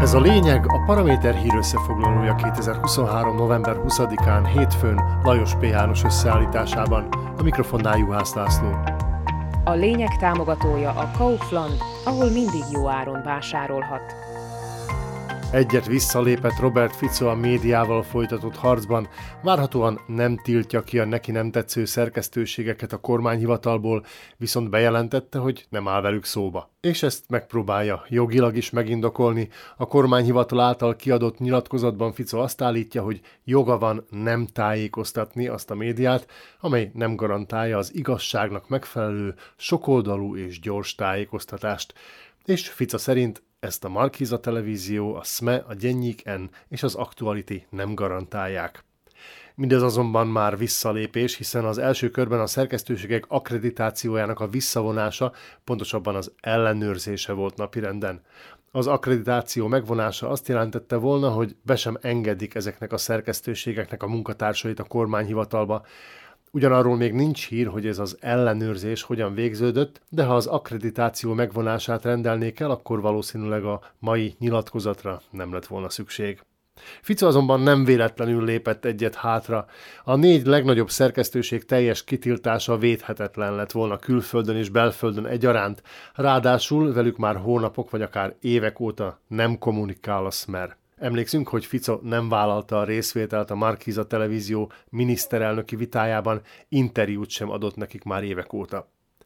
Ez a lényeg, a Paraméter hír összefoglalója 2023. november 20-án hétfőn Lajos P. János összeállításában. A mikrofonnál Juhász László. A lényeg támogatója a Kaufland, ahol mindig jó áron vásárolhat. Egyet visszalépett Robert Fico a médiával folytatott harcban, várhatóan nem tiltja ki a neki nem tetsző szerkesztőségeket a kormányhivatalból, viszont bejelentette, hogy nem áll velük szóba. És ezt megpróbálja jogilag is megindokolni. A kormányhivatal által kiadott nyilatkozatban Fico azt állítja, hogy joga van nem tájékoztatni azt a médiát, amely nem garantálja az igazságnak megfelelő, sokoldalú és gyors tájékoztatást. És Fico szerint ezt a Markíza Televízió, a SME, a Gyennyik N és az Aktuality nem garantálják. Mindez azonban már visszalépés, hiszen az első körben a szerkesztőségek akkreditációjának a visszavonása, pontosabban az ellenőrzése volt napirenden. Az akkreditáció megvonása azt jelentette volna, hogy be sem engedik ezeknek a szerkesztőségeknek a munkatársait a kormányhivatalba. Ugyanarról még nincs hír, hogy ez az ellenőrzés hogyan végződött, de ha az akkreditáció megvonását rendelnék el, akkor valószínűleg a mai nyilatkozatra nem lett volna szükség. Fico azonban nem véletlenül lépett egyet hátra. A 4 legnagyobb szerkesztőség teljes kitiltása védhetetlen lett volna külföldön és belföldön egyaránt, ráadásul velük már hónapok vagy akár évek óta nem kommunikál a Smer. Emlékszünk, hogy Fico nem vállalta a részvételt a Markíza Televízió miniszterelnöki vitájában, interjút sem adott nekik már évek óta.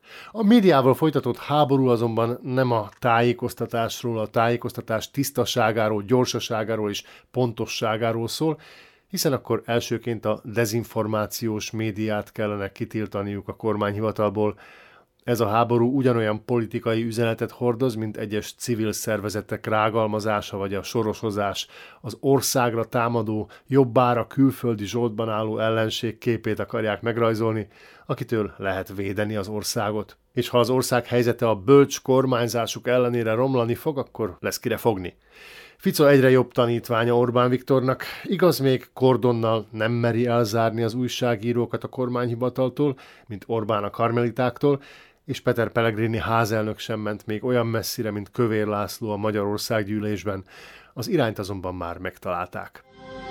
A médiával folytatott háború azonban nem a tájékoztatásról, a tájékoztatás tisztaságáról, gyorsaságáról és pontosságáról szól, hiszen akkor elsőként a dezinformációs médiát kellene kitiltaniuk a kormányhivatalból. Ez a háború ugyanolyan politikai üzenetet hordoz, mint egyes civil szervezetek rágalmazása vagy a sorosozás. Az országra támadó, jobbára külföldi zsoldban álló ellenség képét akarják megrajzolni, akitől lehet védeni az országot. És ha az ország helyzete a bölcs kormányzásuk ellenére romlani fog, akkor lesz kire fogni. Fico egyre jobb tanítványa Orbán Viktornak, igaz, még kordonnal nem meri elzárni az újságírókat a kormányhivataltól, mint Orbán a karmelitáktól, és Peter Pellegrini házelnök sem ment még olyan messzire, mint Kövér László a Magyarországgyűlésben. Az irányt azonban már megtalálták.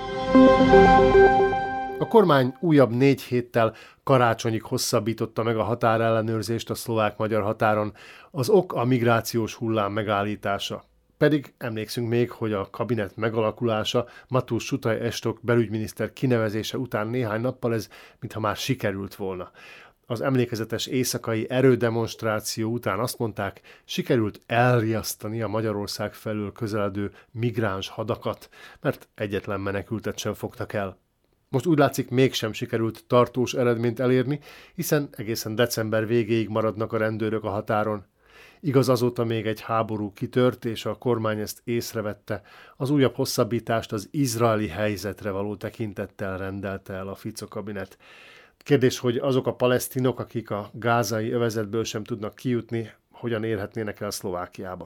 A kormány újabb 4 héttel karácsonyig hosszabbította meg a határellenőrzést a szlovák-magyar határon. Az ok a migrációs hullám megállítása. Pedig emlékszünk még, hogy a kabinet megalakulása, Matús Sutaj Estok belügyminiszter kinevezése után néhány nappal ez mintha már sikerült volna. Az emlékezetes éjszakai erődemonstráció után azt mondták, sikerült elriasztani a Magyarország felől közeledő migráns hadakat, mert egyetlen menekültet sem fogtak el. Most úgy látszik, mégsem sikerült tartós eredményt elérni, hiszen egészen december végéig maradnak a rendőrök a határon. Igaz, azóta még egy háború kitört, és a kormány ezt észrevette. Az újabb hosszabbítást az izraeli helyzetre való tekintettel rendelte el a Fico kabinet. Kérdés, hogy azok a palesztinok, akik a gázai övezetből sem tudnak kijutni, hogyan érhetnének el Szlovákiába.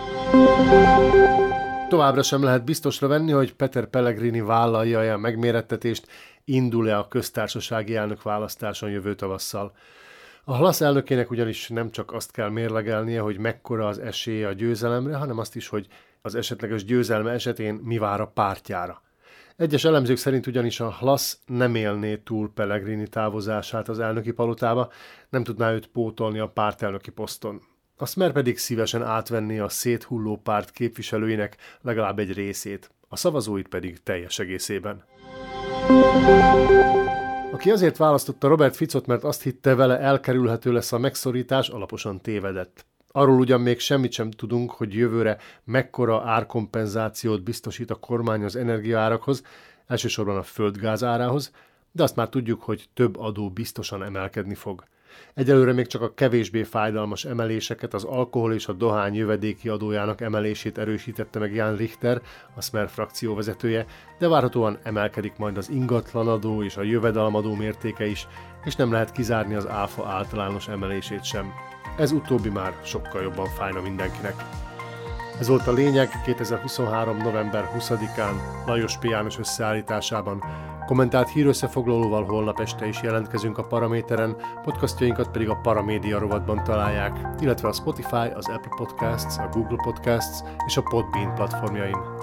Továbbra sem lehet biztosra venni, hogy Peter Pellegrini vállalja-e a megmérettetést, indul-e a köztársasági elnök választáson jövő tavasszal. A Hlas elnökének ugyanis nem csak azt kell mérlegelnie, hogy mekkora az esélye a győzelemre, hanem azt is, hogy az esetleges győzelme esetén mi vár a pártjára. Egyes elemzők szerint ugyanis a Hlas nem élné túl Pellegrini távozását az elnöki palotába, nem tudná őt pótolni a pártelnöki poszton. A Smer pedig szívesen átvenné a széthulló párt képviselőinek legalább egy részét, a szavazóit pedig teljes egészében. Aki azért választotta Robert Ficot, mert azt hitte, vele elkerülhető lesz a megszorítás, alaposan tévedett. Arról ugyan még semmit sem tudunk, hogy jövőre mekkora árkompenzációt biztosít a kormány az energiaárakhoz, elsősorban a földgáz árához, de azt már tudjuk, hogy több adó biztosan emelkedni fog. Egyelőre még csak a kevésbé fájdalmas emeléseket, az alkohol és a dohány jövedéki adójának emelését erősítette meg Jan Richter, a Smer frakció vezetője, de várhatóan emelkedik majd az ingatlanadó és a jövedelemadó mértéke is, és nem lehet kizárni az áfa általános emelését sem. Ez utóbbi már sokkal jobban fájna mindenkinek. Ez volt a lényeg 2023. november 20-án Lajos P. János összeállításában. Kommentált hírösszefoglalóval holnap este is jelentkezünk a Paraméteren, podcastjainkat pedig a Paramédia rovatban találják, illetve a Spotify, az Apple Podcasts, a Google Podcasts és a Podbean platformjain.